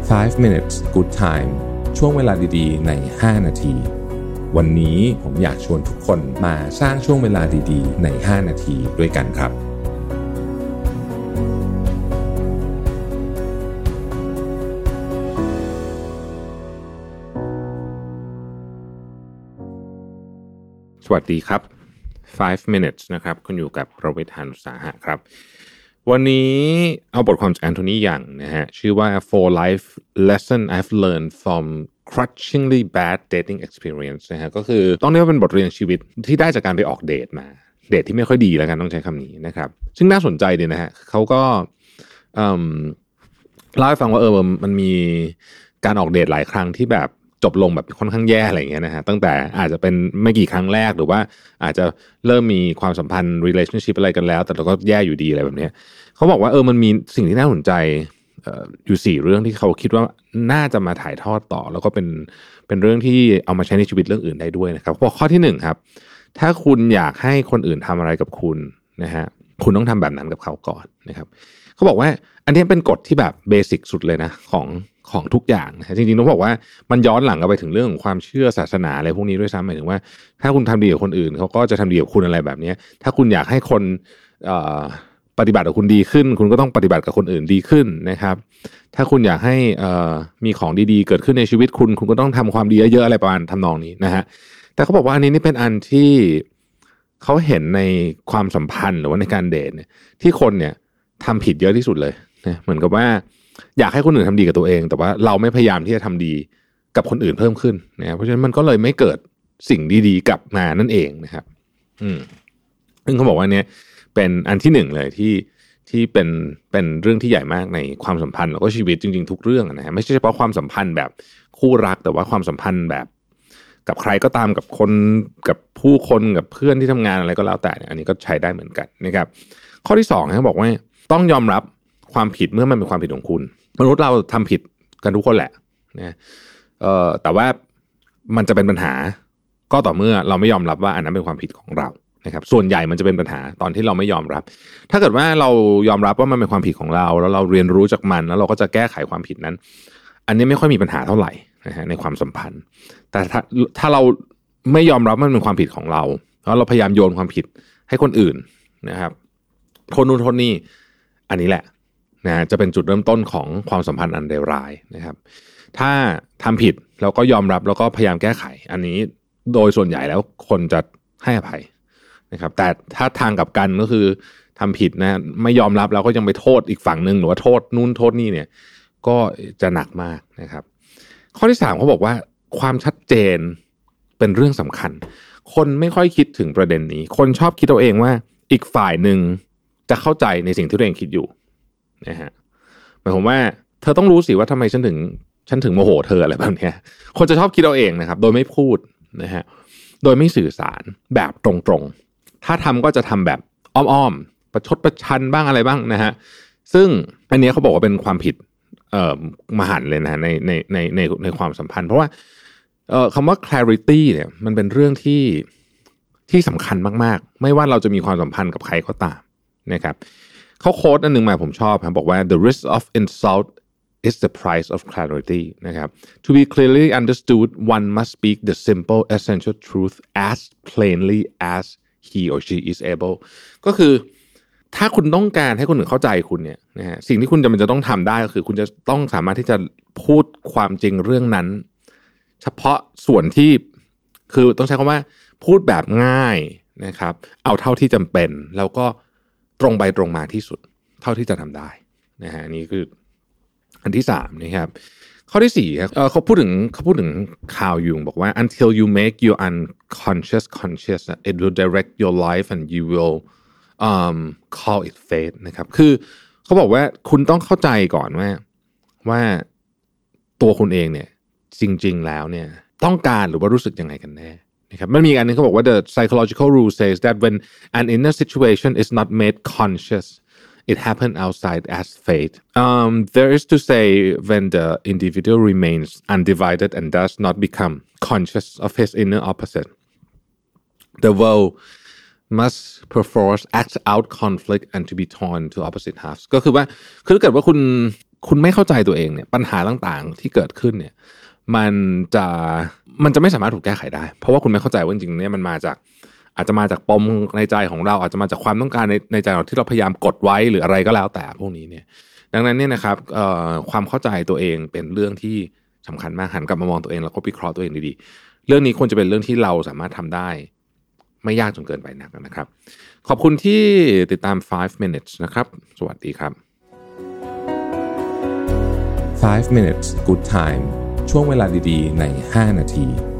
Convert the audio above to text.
5 minutes good time ช่วงเวลาดีๆใน5นาทีวันนี้ผมอยากชวนทุกคนมาสร้างช่วงเวลาดีๆใน5นาทีด้วยกันครับสวัสดีครับ5 minutes นะครับคุณอยู่กับประวิทย์ หาญอุตสาหะครับวันนี้เอาบทความจากแอนโทนียังนะฮะชื่อว่า 4 Life Lesson I've Learned from Crushingly Bad Dating Experience นะฮะก็คือต้องเรียกว่าเป็นบทเรียนชีวิตที่ได้จากการไปออกเดทมาเดทที่ไม่ค่อยดีแล้วกันต้องใช้คำนี้นะครับซึ่งน่าสนใจดีนะฮะเขาก็เล่าให้ฟังว่ามันมีการออกเดทหลายครั้งที่แบบจบลงแบบค่อนข้างแย่อะไรอย่างเงี้ยนะฮะตั้งแต่อาจจะเป็นไม่กี่ครั้งแรกหรือว่าอาจจะเริ่มมีความสัมพันธ์ relationship อะไรกันแล้วแต่เราก็แย่อยู่ดีอะไรแบบนี้เขาบอกว่ามันมีสิ่งที่น่าสนใจอยู่4เรื่องที่เขาคิดว่าน่าจะมาถ่ายทอดต่อแล้วก็เป็นเรื่องที่เอามาใช้ในชีวิตเรื่องอื่นได้ด้วยนะครับข้อที่1ครับถ้าคุณอยากให้คนอื่นทำอะไรกับคุณนะฮะคุณต้องทำแบบนั้นกับเขาก่อนนะครับเขาบอกว่าอันนี้เป็นกฎที่แบบเบสิกสุดเลยนะของทุกอย่างนะจริงๆต้องบอกว่ามันย้อนหลังกันไปถึงเรื่องของความเชื่อศาสนาอะไรพวกนี้ด้วยซ้ำหมายถึงว่าถ้าคุณทำดีกับคนอื่นเขาก็จะทำดีกับคุณอะไรแบบนี้ถ้าคุณอยากให้คนปฏิบัติกับคุณดีขึ้นคุณก็ต้องปฏิบัติกับคนอื่นดีขึ้นนะครับถ้าคุณอยากให้มีของดีๆเกิดขึ้นในชีวิตคุณก็ต้องทำความดีเยอะๆอะไรประมาณทำนองนี้นะฮะแต่เขาบอกว่าอันนี้นี่เป็นอันที่เขาเห็นในความสัมพันธ์หรือว่าในการเดทเนี่ยที่คนเนี่ยทำผิดเยอะที่สุดเลยนะเหมือนกับว่าอยากให้คนอื่นทำดีกับตัวเองแต่ว่าเราไม่พยายามที่จะทำดีกับคนอื่นเพิ่มขึ้นนะเพราะฉะนั้นมันก็เลยไม่เกิดสิ่งดีๆกลับมานั่นเองนะครับซึ่งเขาบอกว่าเนี่ยเป็นอันที่1เลยที่เป็นเรื่องที่ใหญ่มากในความสัมพันธ์แล้วก็ชีวิตจริงๆทุกเรื่องนะฮะไม่ใช่เฉพาะความสัมพันธ์แบบคู่รักแต่ว่าความสัมพันธ์แบบกับใครก็ตามกับคนกับผู้คนกับเพื่อนที่ทำงานอะไรก็แล้วแต่อันนี้ก็ใช้ได้เหมือนกันนะครับข้อที่2เขาบอกว่าต้องยอมรับความผิดเมื่อมันเป็นความผิดของคุณมนุษย์เราทำผิดกันทุกคนแหละนะแต่ว่ามันจะเป็นปัญหาก็ต่อเมื่อเราไม่ยอมรับว่าอันนั้นเป็นความผิดของเรานะครับส่วนใหญ่มันจะเป็นปัญหาตอนที่เราไม่ยอมรับถ้าเกิดว่าเรายอมรับว่ามันเป็นความผิดของเราแล้วเราเรียนรู้จากมันแล้วเราก็จะแก้ไขความผิดนั้นอันนี้ไม่ค่อยมีปัญหาเท่าไหร่นะฮะในความสัมพันธ์แต่ถ้าเราไม่ยอมรับมันเป็นความผิดของเราแล้วเราพยายามโยนความผิดให้คนอื่นนะครับโทษนู่นโทษนี่อันนี้แหละนะจะเป็นจุดเริ่มต้นของความสัมพันธ์อันเลวร้ายนะครับถ้าทำผิดแล้วก็ยอมรับแล้วก็พยายามแก้ไขอันนี้โดยส่วนใหญ่แล้วคนจะให้อภัยนะครับแต่ถ้าทางกลับกันก็คือทำผิดนะไม่ยอมรับแล้วก็ยังไปโทษอีกฝั่งนึงหรือว่าโทษนู่นโทษนี่เนี่ยก็จะหนักมากนะครับข้อที่3เขาบอกว่าความชัดเจนเป็นเรื่องสำคัญคนไม่ค่อยคิดถึงประเด็นนี้คนชอบคิดเอาเองว่าอีกฝ่ายนึงจะเข้าใจในสิ่งที่ตัวเองคิดอยู่นะฮะหมายความว่าเธอต้องรู้สิว่าทำไมฉันถึงโมโหเธออะไรแบบนี้คนจะชอบคิดเอาเองนะครับโดยไม่พูดนะฮะโดยไม่สื่อสารแบบตรงๆถ้าทำก็จะทำแบบอ้อมๆประชดประชันบ้างอะไรบ้างนะฮะซึ่งอันนี้เขาบอกว่าเป็นความผิดมหันต์เลยนะในความสัมพันธ์เพราะว่าคำว่า clarity เนี่ยมันเป็นเรื่องที่สำคัญมากๆไม่ว่าเราจะมีความสัมพันธ์กับใครก็ตามนะครับเขาโค้ดอันนึงมาผมชอบครับบอกว่า the risk of insult is the price of clarity นะครับ to be clearly understood one must speak the simple essential truth as plainly as he or she is able ก็คือถ้าคุณต้องการให้คนอื่นเข้าใจคุณเนี่ยนะฮะสิ่งที่คุณจะต้องทำได้ก็คือคุณจะต้องสามารถที่จะพูดความจริงเรื่องนั้นเฉพาะส่วนที่คือต้องใช้คำว่าพูดแบบง่ายนะครับเอาเท่าที่จำเป็นแล้วก็ตรงไปตรงมาที่สุดเท่าที่จะทำได้นะฮะนี่คืออันที่3นะครับข้อที่4ครับเขาพูดถึงคาร์ล ยุงบอกว่า until you make your unconscious conscious it will direct your life and you will call it fate นะครับคือเขาบอกว่าคุณต้องเข้าใจก่อนว่าตัวคุณเองเนี่ยจริงๆแล้วเนี่ยต้องการหรือว่ารู้สึกยังไงกันแน่นะครับมันมีอันนึงเขาบอกว่า the psychological rule says that when an inner situation is not made conscious it happens outside as fate there is to say when the individual remains undivided and does not become conscious of his inner opposite the world must perforce act out conflict and to be torn to opposite halves ก็คือว่าคือถ้าเกิดว่าคุณคุณไม่เข้าใจตัวเองเนี่ยปัญหาต่างๆที่เกิดขึ้นเนี่ยมันจะไม่สามารถถูกแก้ไขได้เพราะว่าคุณไม่เข้าใจว่าจริงๆเนี่ยมันอาจจะมาจากปมในใจของเราอาจจะมาจากความต้องการในใจเราที่เราพยายามกดไว้หรืออะไรก็แล้วแต่พวกนี้เนี่ยดังนั้นเนี่ยนะครับความเข้าใจตัวเองเป็นเรื่องที่สำคัญมากหันกลับมามองตัวเองแล้วก็วิเคราะห์ตัวเองดีๆเรื่องนี้ควรจะเป็นเรื่องที่เราสามารถทำได้ไม่ยากจนเกินไปนักนะครับขอบคุณที่ติดตาม5 minutes นะครับสวัสดีครับ 5 minutes good time ช่วงเวลาดีๆใน5นาที